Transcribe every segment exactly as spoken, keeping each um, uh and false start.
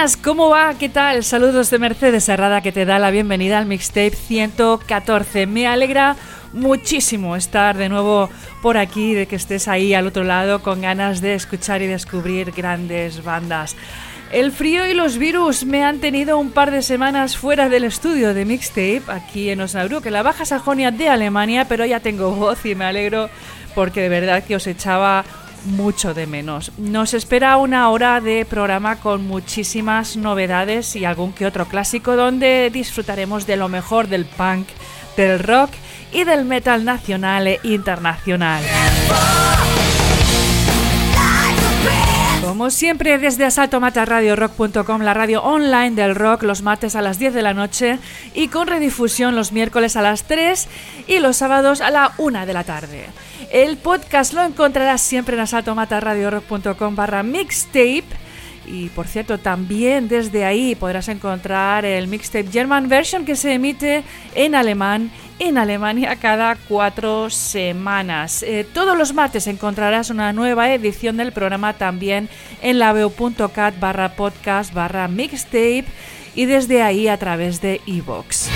buenas, ¿cómo va? ¿Qué tal? Saludos de Mercedes Herrada, que te da la bienvenida al Mixtape ciento catorce. Me alegra muchísimo estar de nuevo por aquí, de que estés ahí al otro lado con ganas de escuchar y descubrir grandes bandas. El frío y los virus me han tenido un par de semanas fuera del estudio de Mixtape aquí en Osnabrück, en la Baja Sajonia de Alemania, pero ya tengo voz y me alegro porque de verdad que os echaba mucho de menos. Nos espera una hora de programa con muchísimas novedades y algún que otro clásico donde disfrutaremos de lo mejor del punk, del rock y del metal nacional e internacional. Como siempre, desde asalto mata radio rock punto com, la radio online del rock, los martes a las diez de la noche y con redifusión los miércoles a las tres y los sábados a la una de la tarde. El podcast lo encontrarás siempre en asalto mata radio rock punto com barra mixtape. Y por cierto, también desde ahí podrás encontrar el Mixtape German Version, que se emite en alemán en Alemania cada cuatro semanas. Eh, todos los martes encontrarás una nueva edición del programa también en laveo.cat barra podcast barra mixtape y desde ahí a través de iVoox.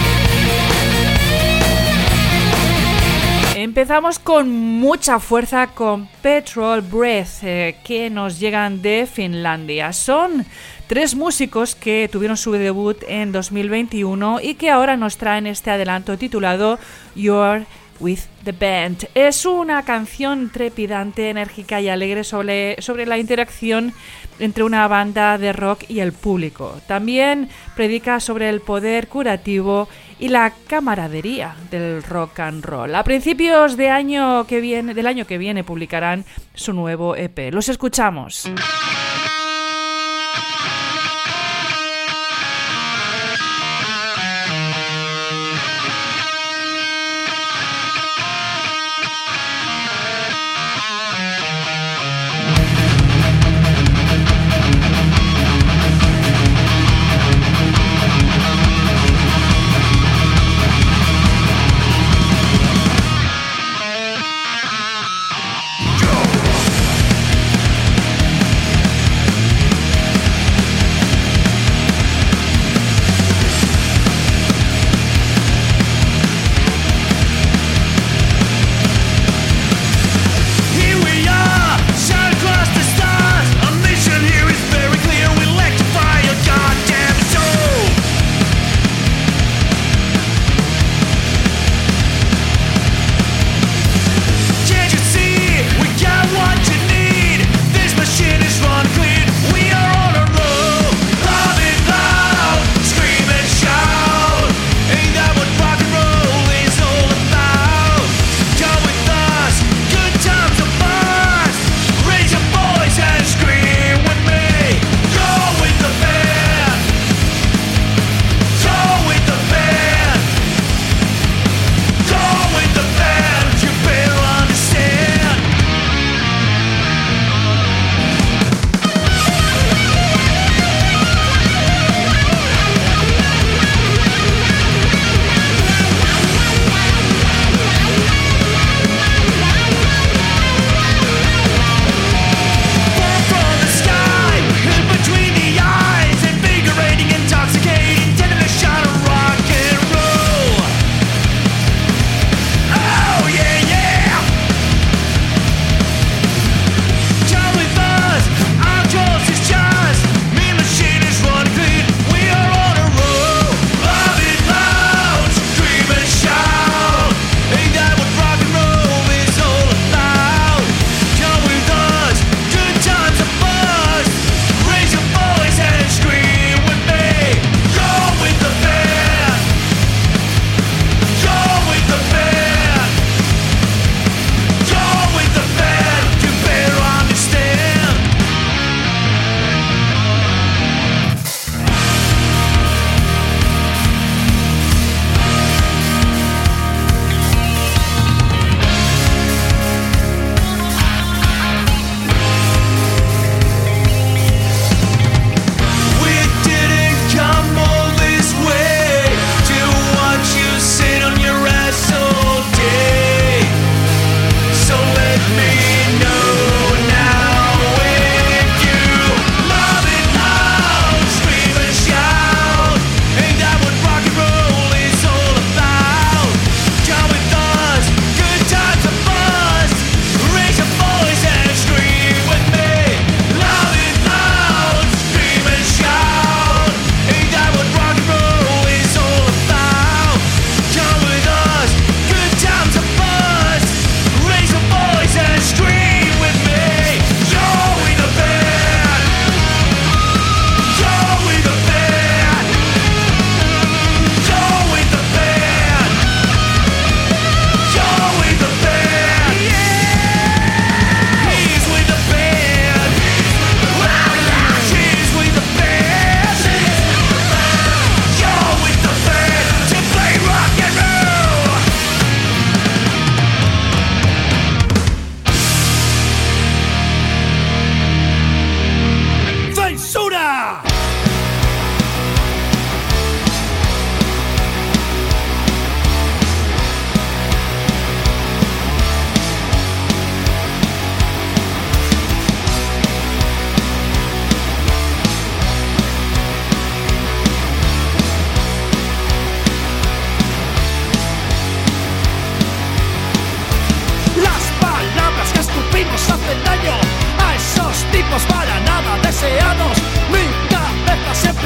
Empezamos con mucha fuerza con Petrol Breath, eh, que nos llegan de Finlandia. Son tres músicos que tuvieron su debut en dos mil veintiuno y que ahora nos traen este adelanto titulado You're With The Band. Es una canción trepidante, enérgica y alegre sobre, sobre la interacción entre una banda de rock y el público. También predica sobre el poder curativo y la camaradería del rock and roll. A principios de año que viene, del año que viene publicarán su nuevo E P. Los escuchamos.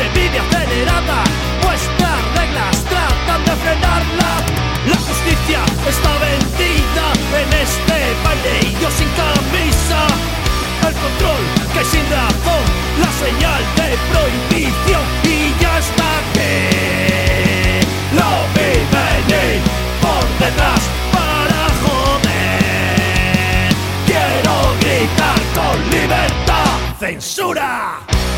de vida acelerada, vuestras reglas tratan de frenarla. La justicia está vendida en este baile y yo sin camisa. El control que sin razón, la señal de prohibición y ya está que lo vi venir por detrás para joder. Quiero gritar con libertad, censura.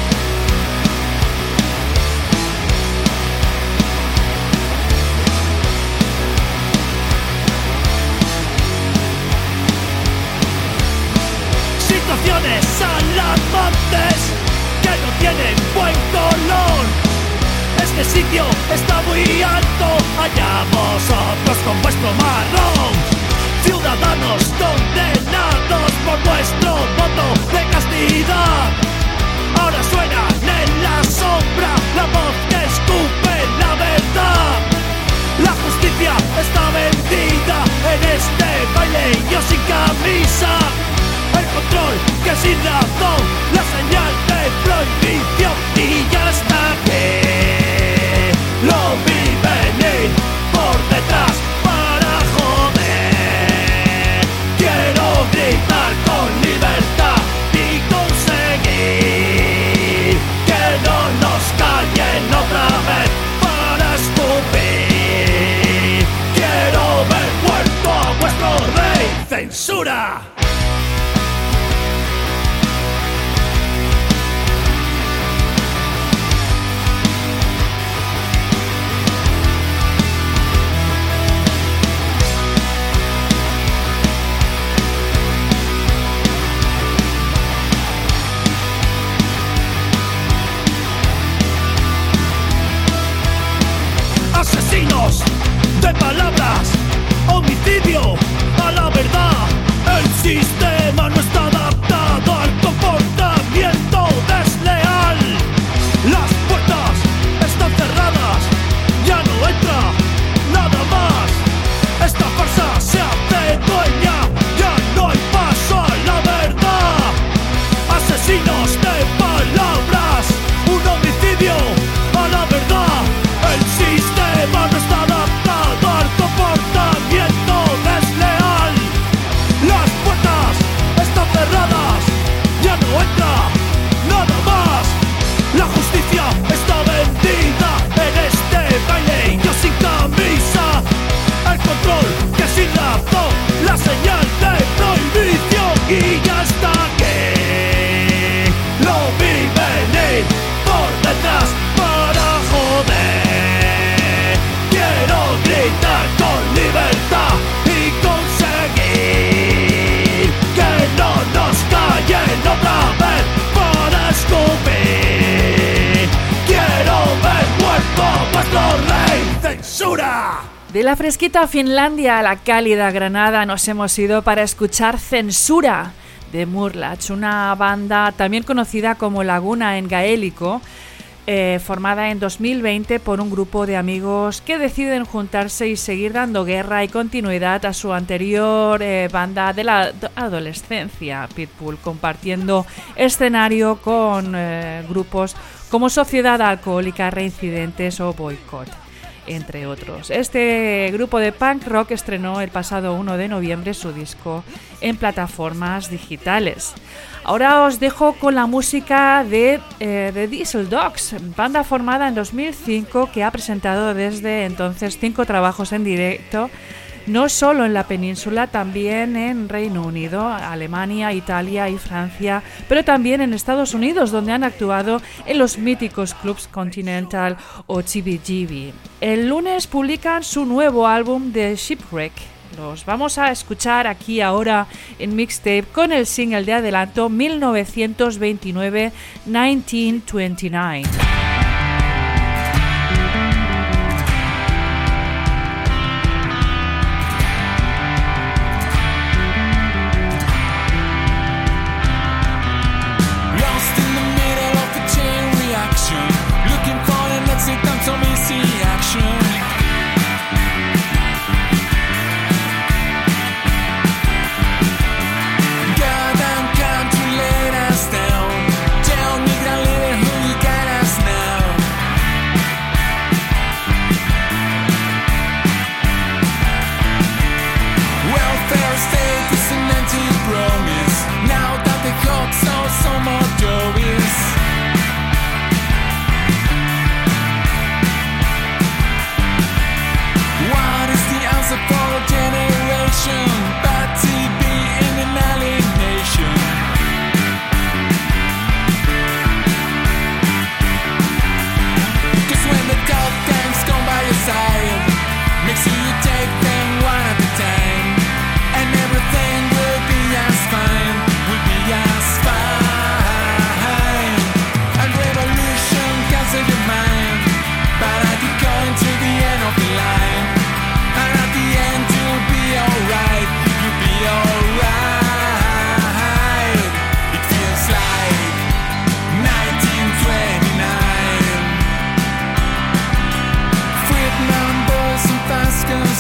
Situaciones alarmantes que no tienen buen color. Este sitio está muy alto, allá vosotros con vuestro marrón. Ciudadanos condenados por vuestro voto de castidad. Ahora suena en la sombra la voz que escupe la verdad. La justicia está vendida en este baile y yo sin camisa. El control que sin razón, la señal de prohibición y ya está que lo vi venir por detrás para joder. Quiero gritar con libertad y conseguir que no nos callen otra vez para escupir. Quiero ver muerto a vuestro rey, censura. Asesinos de palabras, homicidio a la verdad. El sistema no está adaptado al comportamiento desleal. Las puertas están cerradas, ya no entra nada más. Esta farsa se hace dueña, ya no hay paso a la verdad. Asesinos de palabras, un homicidio a la verdad. El sistema no está adaptado al comportamiento desleal. Las puertas están cerradas, ya no entra nada más. La justicia está vendida en este baile y yo sin camisa. El control que sin razón, la señal de prohibición y ya está que lo vi venir por detrás para joder. Quiero gritar con libertad y conseguir que no nos callen otra vez para escupir. Quiero ver muerto a vuestro rey, censura. De la fresquita Finlandia a la cálida Granada nos hemos ido para escuchar Censura de Murlach, una banda también conocida como Laguna en gaélico, eh, formada en dos mil veinte por un grupo de amigos que deciden juntarse y seguir dando guerra y continuidad a su anterior eh, banda de la adolescencia, Pitbull, compartiendo escenario con eh, grupos como Sociedad Alcohólica, Reincidentes o Boycott, entre otros. Este grupo de punk rock estrenó el pasado uno de noviembre su disco en plataformas digitales. Ahora os dejo con la música de eh, The Diesel Dogs, banda formada en dos mil cinco que ha presentado desde entonces cinco trabajos en directo, no solo en la península, también en Reino Unido, Alemania, Italia y Francia, pero también en Estados Unidos, donde han actuado en los míticos clubs Continental o G B G B. El lunes publican su nuevo álbum The Shipwreck. Los vamos a escuchar aquí ahora en Mixtape con el single de adelanto mil novecientos veintinueve, nineteen twenty-nine. Now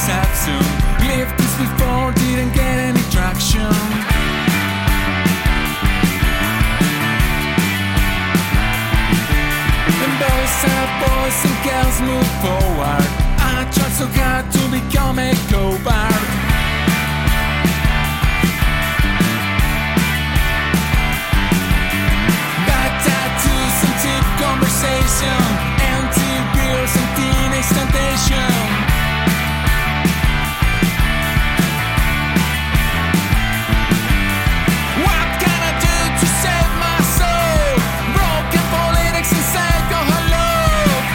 sad soon. Lived this before, didn't get any traction. And boys are boys and girls move forward. I tried so hard to become a go-bard. Bad tattoos and cheap conversation, empty beers and teenage temptation. What can I do to save my soul? Broken politics and alcohol love.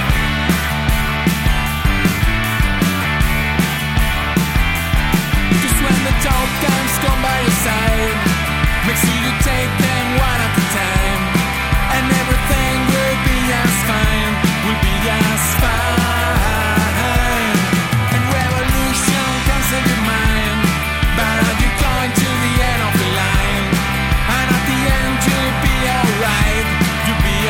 Just when the tough times come by your side, make sure you take them one at a time, and everything will be as fine, will be as fine. And revolution can save your mind, but are you going to the end of the line? And at the end you'll be alright, you'll be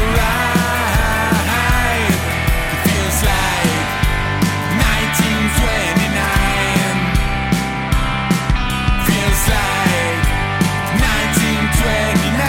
alright. It feels like nineteen twenty-nine. Feels like nineteen twenty-nine.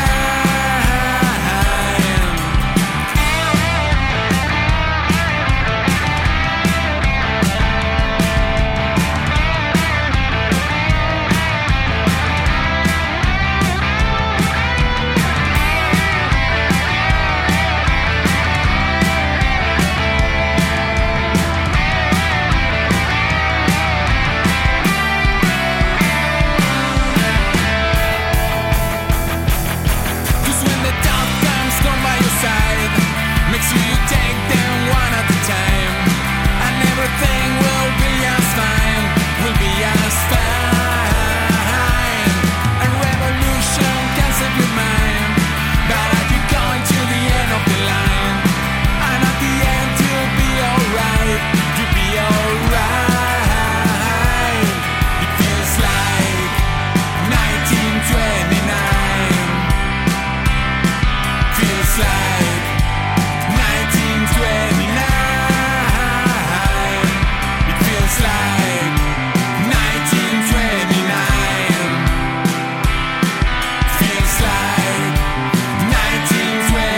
Just when the tough times come by your side, make sure you take them one at a time, and everything will be as fine, will be as fine. And revolution can save your mind, but are you going to the end of the line? And at the end you'll be alright, you'll be alright. It feels like nineteen twenty-nine. Feels like nineteen twenty-nine. It feels like nineteen twenty-nine. Feels like nineteen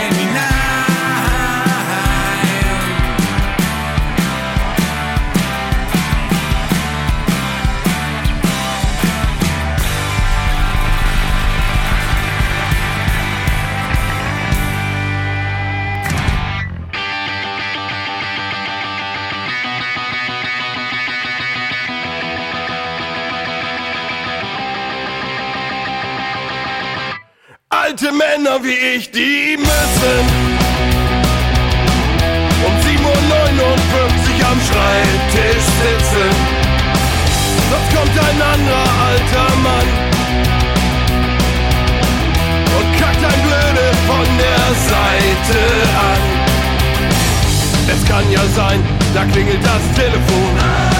Alte Männer wie ich, die müssen um sieben Uhr neunundfünfzig am Schreibtisch sitzen. Sonst kommt ein anderer alter Mann und kackt ein Blöde von der Seite an. Es kann ja sein, da klingelt das Telefon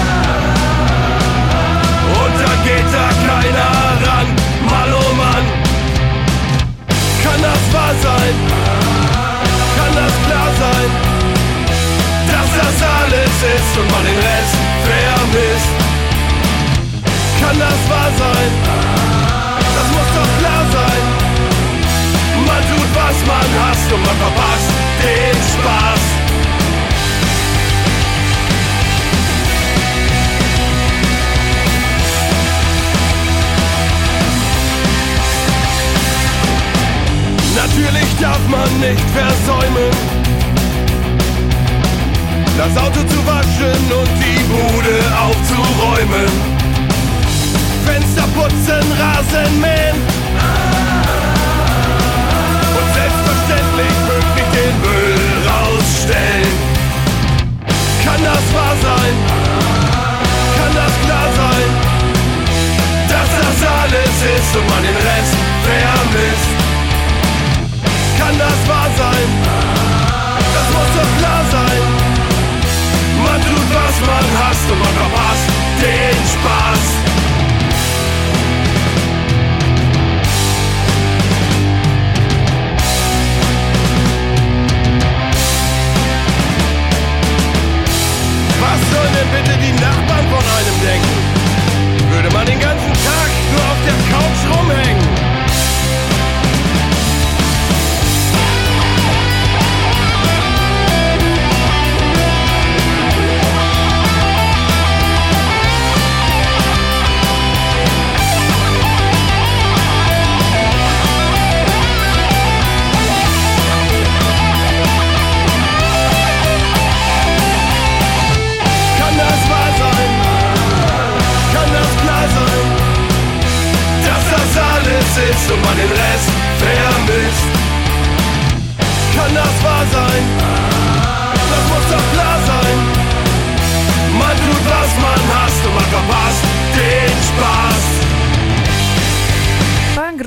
und da geht da keiner ran. Mann, oh Mann. Kann das wahr sein? Kann das klar sein? Dass das alles ist und man den Rest vermisst. Kann das wahr sein? Das muss doch klar sein. Man tut, was man hasst und man verpasst den Spaß. Natürlich darf man nicht versäumen, das Auto zu waschen und die Bude aufzuräumen, Fenster putzen, Rasen mähen und selbstverständlich pünktlich den Müll rausstellen. Kann das wahr sein? Kann das klar sein? Dass das alles ist und man den Rest vermisst. Kann das wahr sein? Das muss doch klar sein. Man tut, was man hasst und man verpasst den Spaß.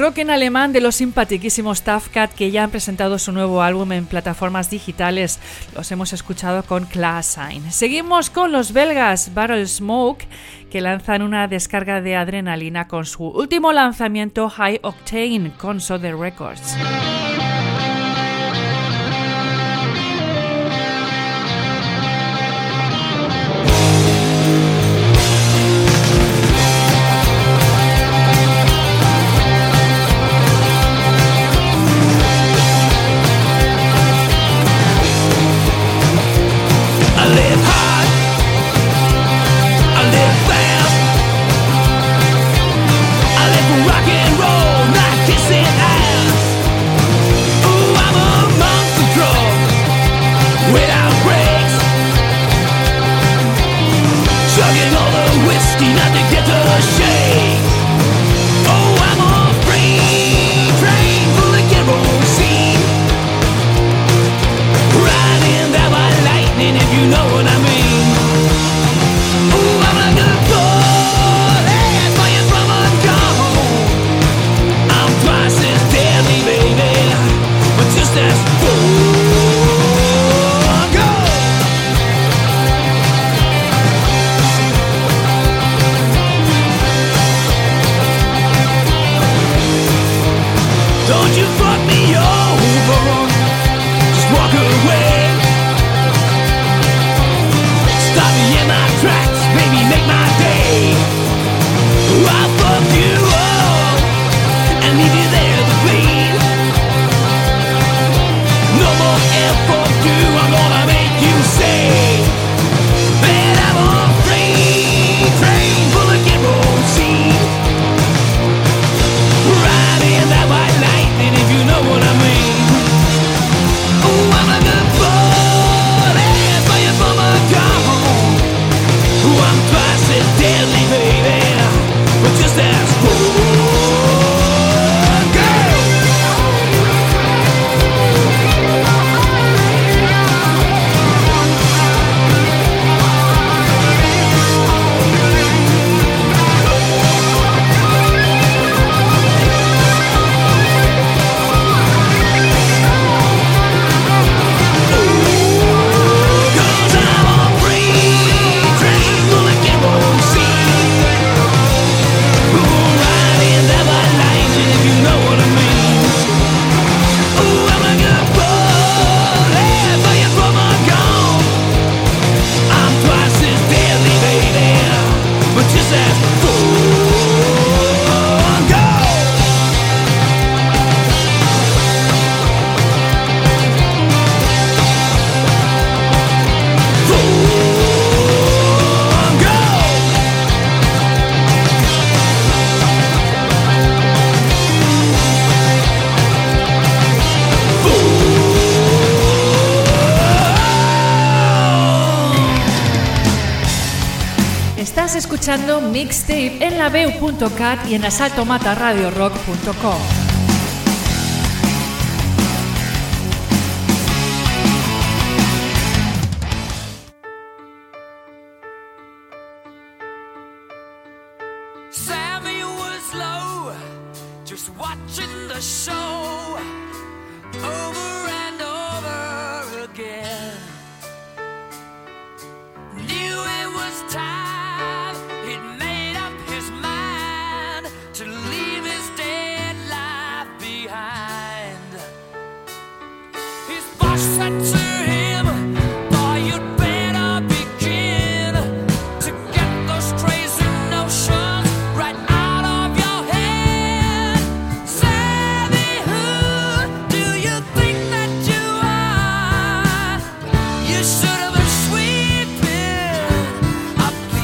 rock en alemán de los simpatiquísimos Tough Cat, que ya han presentado su nuevo álbum en plataformas digitales. Los hemos escuchado con Class Sign. Seguimos con los belgas Barrel Smoke, que lanzan una descarga de adrenalina con su último lanzamiento High Octane con Soder Records. Escuchando Mixtape en la veu punto cat y en asalto mata radio rock punto com. Sammy was low, just watching the show over and over again. Knew it was time. Said to him, boy, you'd better begin to get those crazy notions right out of your head. Sammy, who do you think that you are? You should have been sweeping up the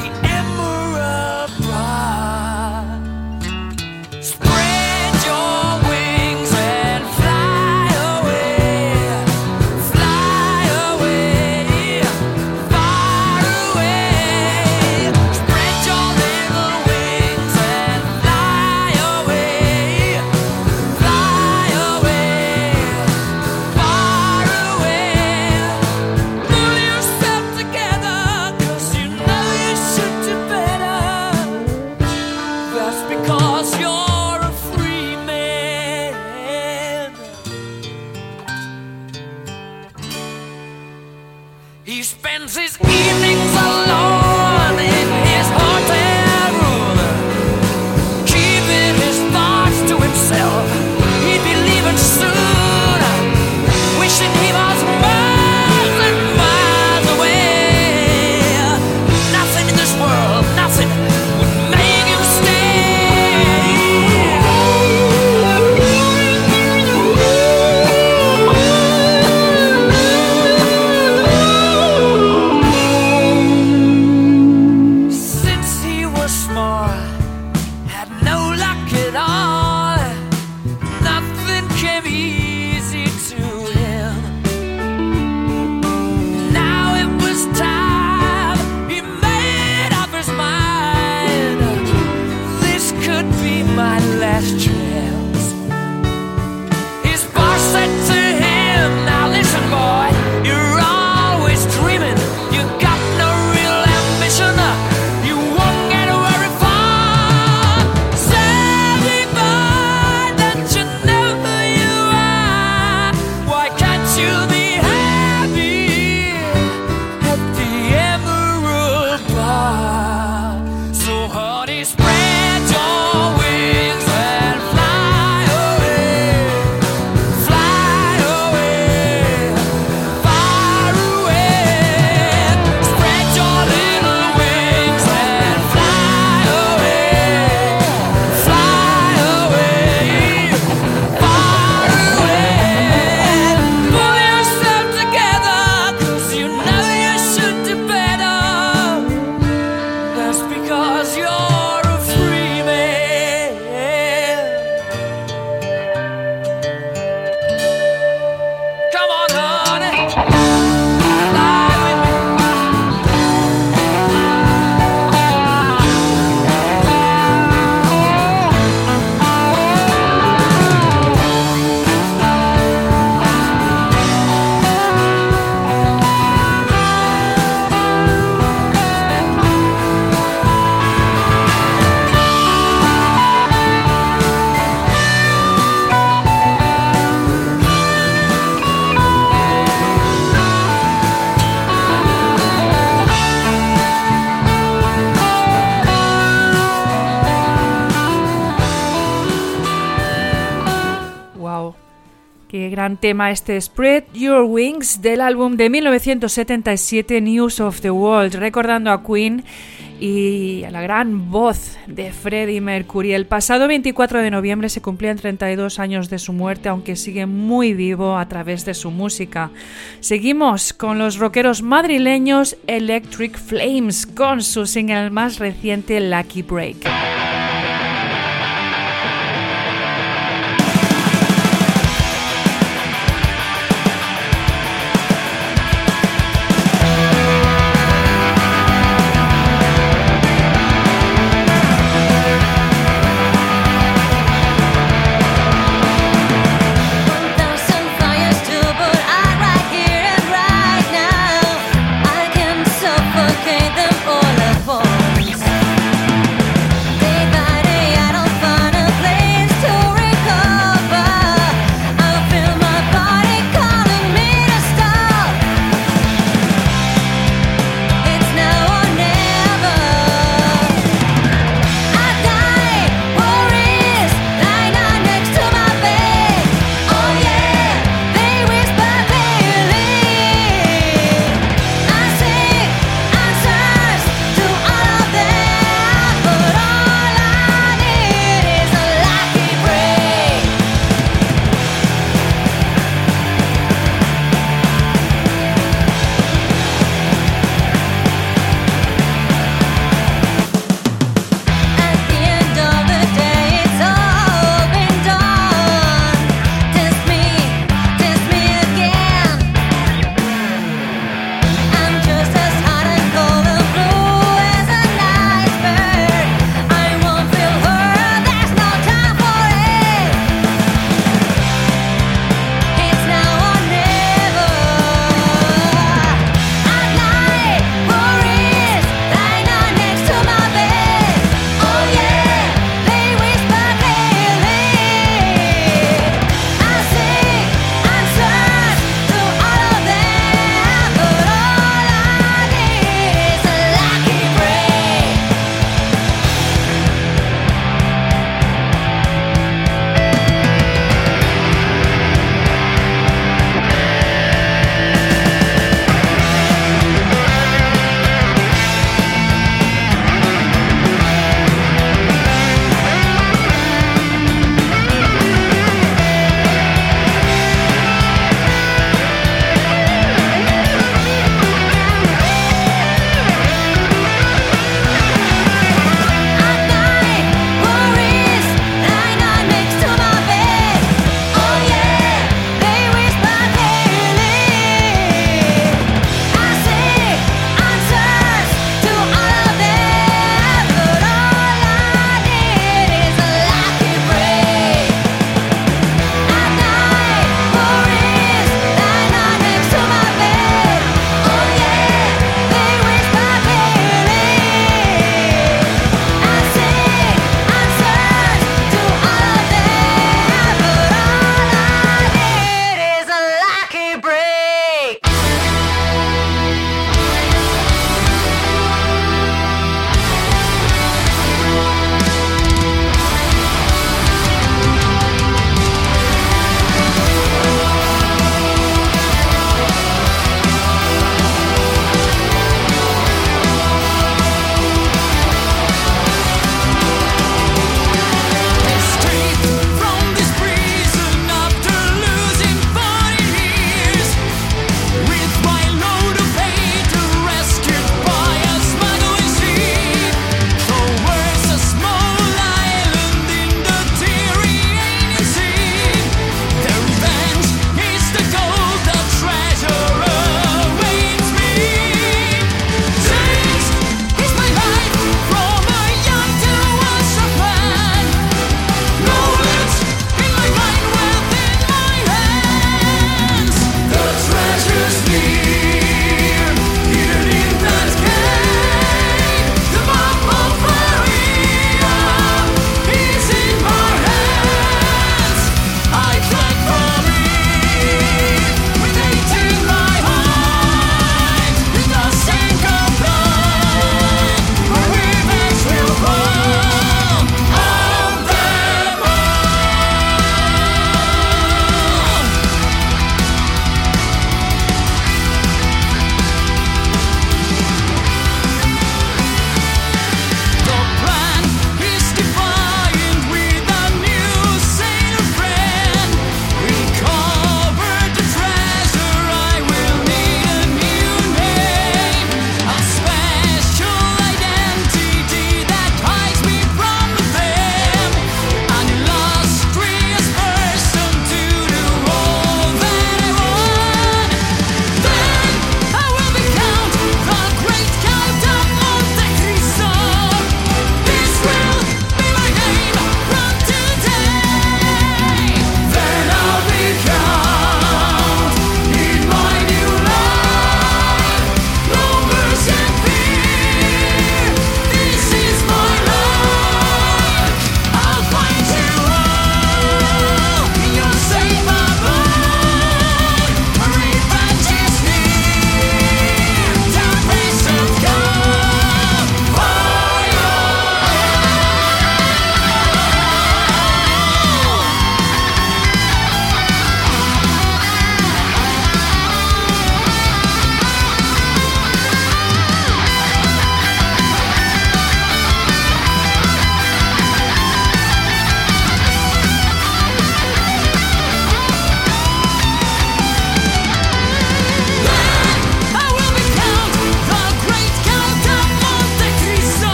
Evenings alone in his hotel room, keeping his thoughts to himself. He'd be leaving soon, wishing he was miles and miles away. Nothing in this world, nothing would make him Since he was small, had no luck at all. Nothing came easy to him. Now it was time he made up his mind. This could be my last chance. His boss said to him, now listen boy, you're always dreaming. You got no real ambition. You won't get very far. Satisfied that you know who you are. Why can't you be happy at the Emerald Bar? So honey, spread your wings and fly away, fly away, far away. Spread your little wings and fly away, fly away, far away. Pull yourself together, 'cause you know you should do better. That's because you're a free man. Come on, honey, fly with me. Wow, qué gran tema este Spread Your Wings del álbum de mil novecientos setenta y siete News of the World, recordando a Queen y a la gran voz de Freddie Mercury. El pasado veinticuatro de noviembre se cumplían treinta y dos años de su muerte, aunque sigue muy vivo a través de su música. Seguimos con los rockeros madrileños Electric Flames con su single más reciente Lucky Break. Thousand fires to put out right here and right now. I can suffocate them all at once. They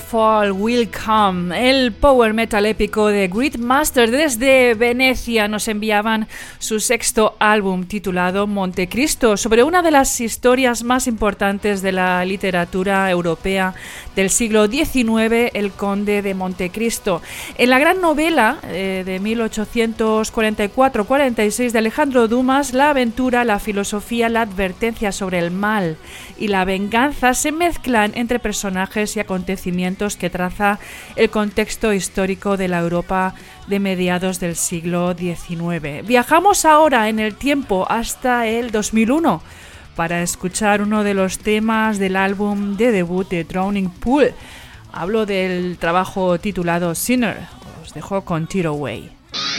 Fall Will Come, el power metal épico de Gridmaster. Desde Venecia nos enviaban su sexto álbum titulado Montecristo, sobre una de las historias más importantes de la literatura europea del siglo diecinueve, El Conde de Montecristo. En la gran novela eh, de mil ochocientos cuarenta y cuatro cuarenta y seis de Alejandro Dumas, la aventura, la filosofía, la advertencia sobre el mal y la venganza se mezclan entre personajes y acontecimientos que traza el contexto histórico de la Europa de mediados del siglo diecinueve. Viajamos ahora en el tiempo hasta el dos mil uno para escuchar uno de los temas del álbum de debut de Drowning Pool. Hablo del trabajo titulado Sinner. Os dejo con Tear Away.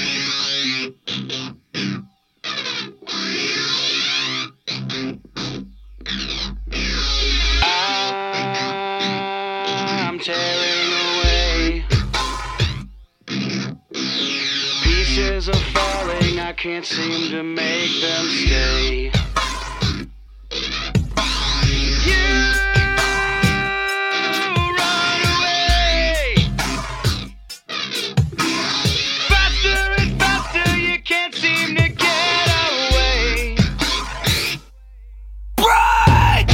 Tearing away, pieces are falling, I can't seem to make them stay. You run away, faster and faster, you can't seem to get away. Break!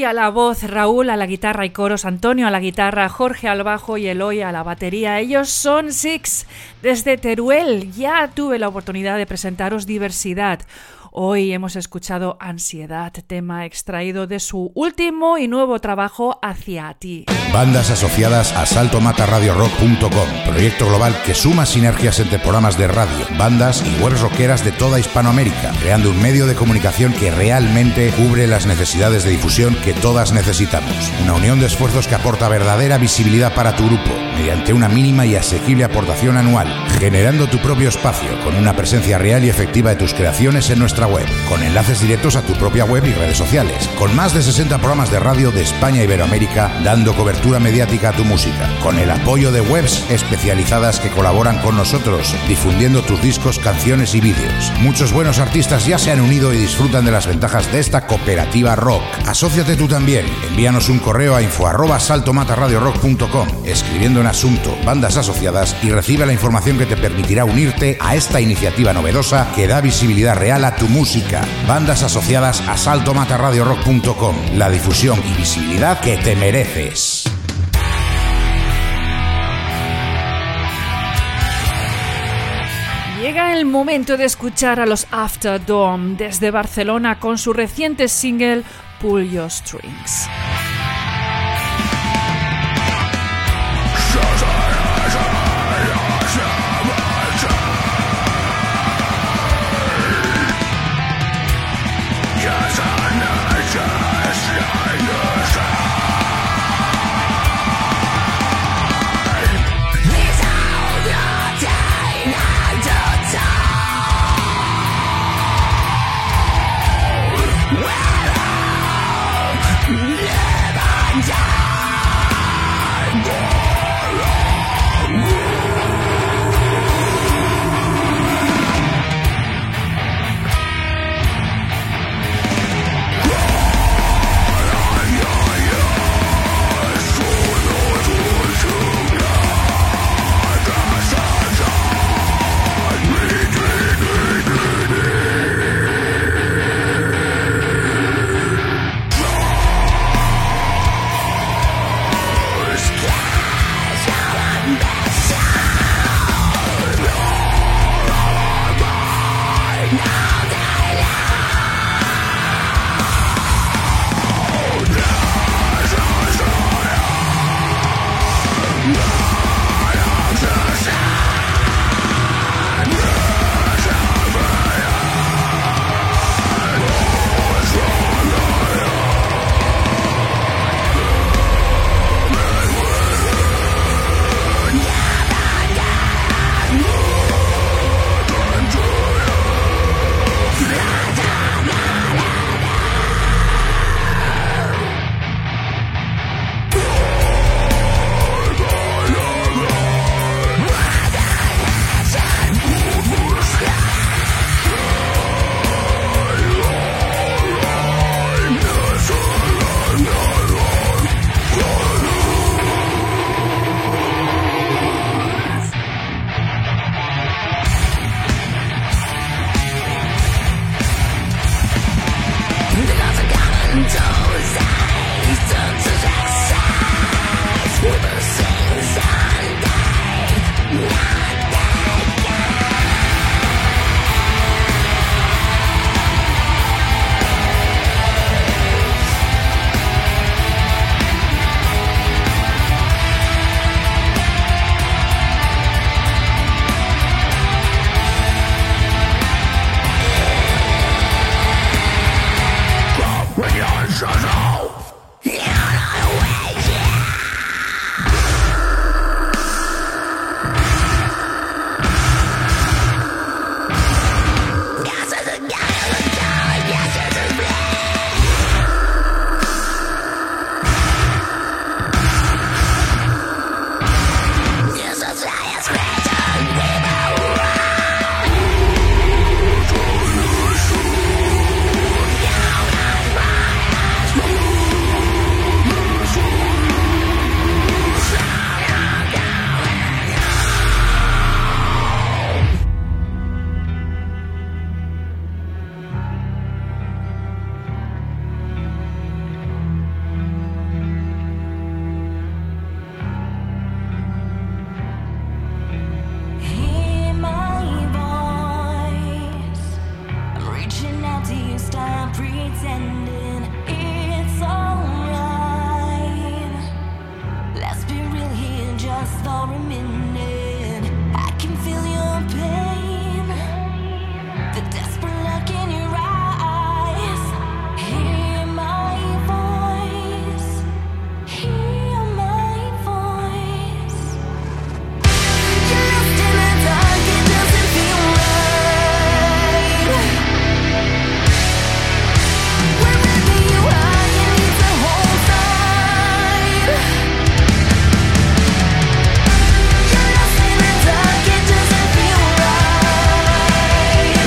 a la voz, Raúl a la guitarra y coros, Antonio a la guitarra, Jorge al bajo y Eloy a la batería. Ellos son Six. Desde Teruel ya tuve la oportunidad de presentaros Diversidad. Hoy hemos escuchado Ansiedad, tema extraído de su último y nuevo trabajo, Hacia ti. Bandas asociadas a salto mata radio rock punto com, proyecto global que suma sinergias entre programas de radio, bandas y webs rockeras de toda Hispanoamérica, creando un medio de comunicación que realmente cubre las necesidades de difusión que todas necesitamos. Una unión de esfuerzos que aporta verdadera visibilidad para tu grupo, mediante una mínima y asequible aportación anual, generando tu propio espacio con una presencia real y efectiva de tus creaciones en nuestra web, con enlaces directos a tu propia web y redes sociales, con más de sesenta programas de radio de España e Iberoamérica dando cobertura mediática a tu música, con el apoyo de webs especializadas que colaboran con nosotros, difundiendo tus discos, canciones y vídeos. Muchos buenos artistas ya se han unido y disfrutan de las ventajas de esta cooperativa rock. Asóciate tú también. Envíanos un correo a info arroba salto mata radio rock punto com, escribiendo en asunto bandas asociadas, y recibe la información que te permitirá unirte a esta iniciativa novedosa que da visibilidad real a tu música. Bandas asociadas a salto mata radio rock punto com, la difusión y visibilidad que te mereces. Llega el momento de escuchar a los After Dawn desde Barcelona con su reciente single Pull Your Strings. Yeah. pause for a minute. I can feel your pain, the desperate look in your eyes. Hear my voice, hear my voice. You're lost in the dark, it doesn't feel right. Wherever you are, you need to hold tight. You're lost in the dark, it doesn't feel right.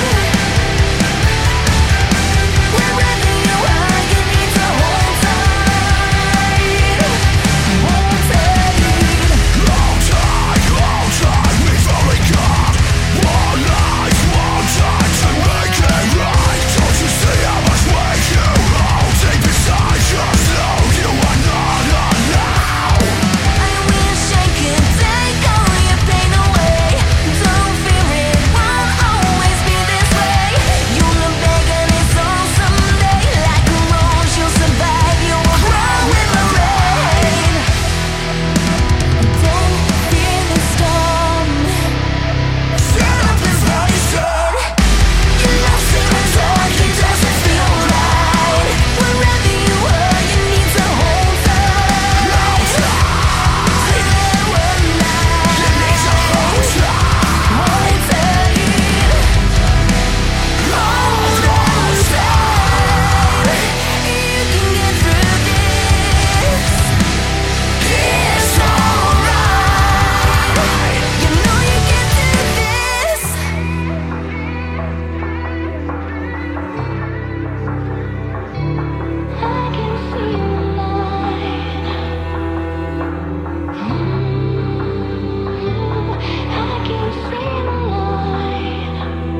Wherever you are, you need to hold tight. Hold tight. Hold tight, hold tight, we've only got one life, one time to make it right. Don't you see how much weight you hold deep inside? Just know you are not alone. I wish I could take all your pain away. Don't fear, it won't always be this way. You'll look back and it's all someday. Like a rose, you'll survive, you will grow in the rain. Don't fear the storm. Stand up and face it. You're lost in the dark, it doesn't feel right. Wherever you are, you need to hold tight. Hold tight. You need to hold tight. Hold tight. Hold on tight. You can get through this. It's alright. You know you can do this. I can see the light. I can see the light.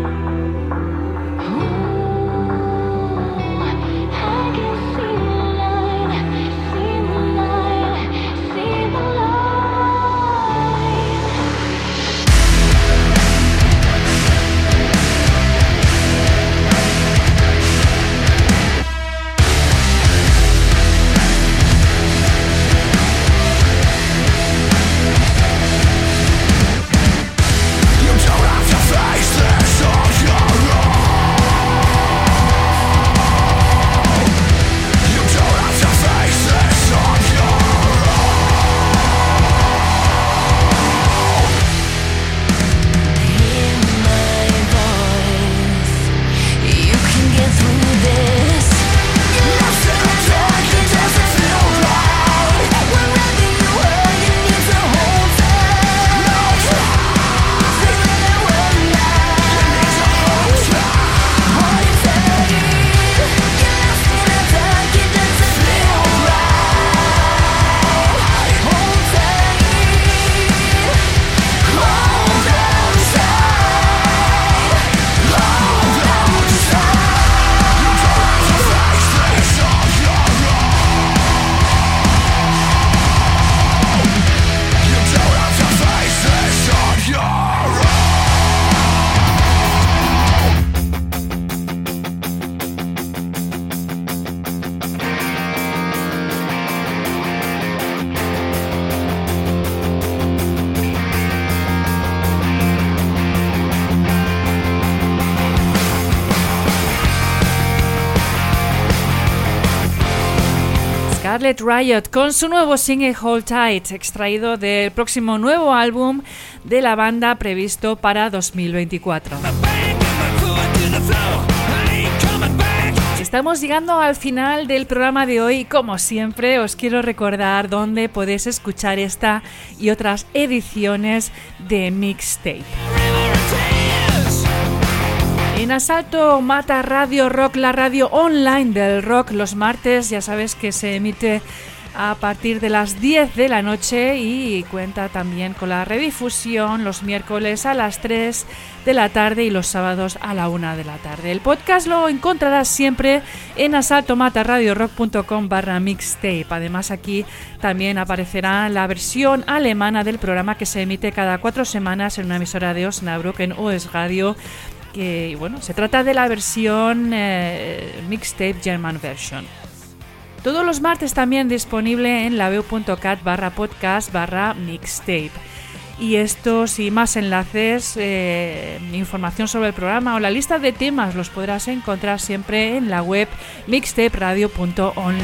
I can see the light. See the light. See the light. You don't have to face this on your own. You don't have to face this on your Hear my voice. You can get through this. You're lost in the dark, it doesn't feel right. Wherever you are, you need to hold tight. Hold tight. Together we're light. Hold tight. Hold tight. You're lost in the dark, it doesn't feel right. Hold tight. Hold on tight. Hold on You don't have to face this on your own. Scarlet Riot con su nuevo single Hold Tight, extraído del próximo nuevo álbum de la banda previsto para dos mil veinticuatro. Estamos llegando al final del programa de hoy y como siempre os quiero recordar dónde podéis escuchar esta y otras ediciones de Mixtape. En Asalto Mata Radio Rock, la radio online del rock, los martes, ya sabes que se emite a partir de las diez de la noche y cuenta también con la redifusión los miércoles a las tres de la tarde y los sábados a la una de la tarde. El podcast lo encontrarás siempre en asaltomataradiorock.com barra mixtape. Además aquí también aparecerá la versión alemana del programa que se emite cada cuatro semanas en una emisora de Osnabrück en O S Radio, que bueno, se trata de la versión eh, mixtape German version. Todos los martes también disponible en laveu.cat barra podcast barra mixtape. Y estos y más enlaces, eh, información sobre el programa o la lista de temas los podrás encontrar siempre en la web mixtaperadio punto online.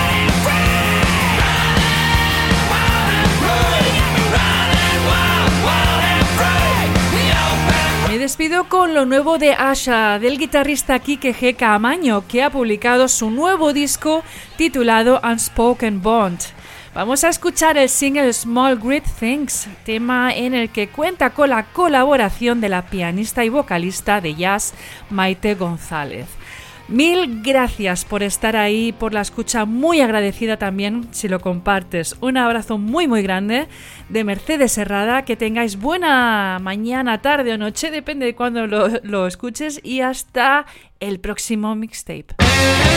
Me despido con lo nuevo de Asha, del guitarrista Quique G. Caamaño, que ha publicado su nuevo disco titulado Unspoken Bond. Vamos a escuchar el single Small Great Things, tema en el que cuenta con la colaboración de la pianista y vocalista de jazz Maite González. Mil gracias por estar ahí, por la escucha, muy agradecida también si lo compartes. Un abrazo muy muy grande de Mercedes Serrada, que tengáis buena mañana, tarde o noche, depende de cuándo lo, lo escuches, y hasta el próximo mixtape.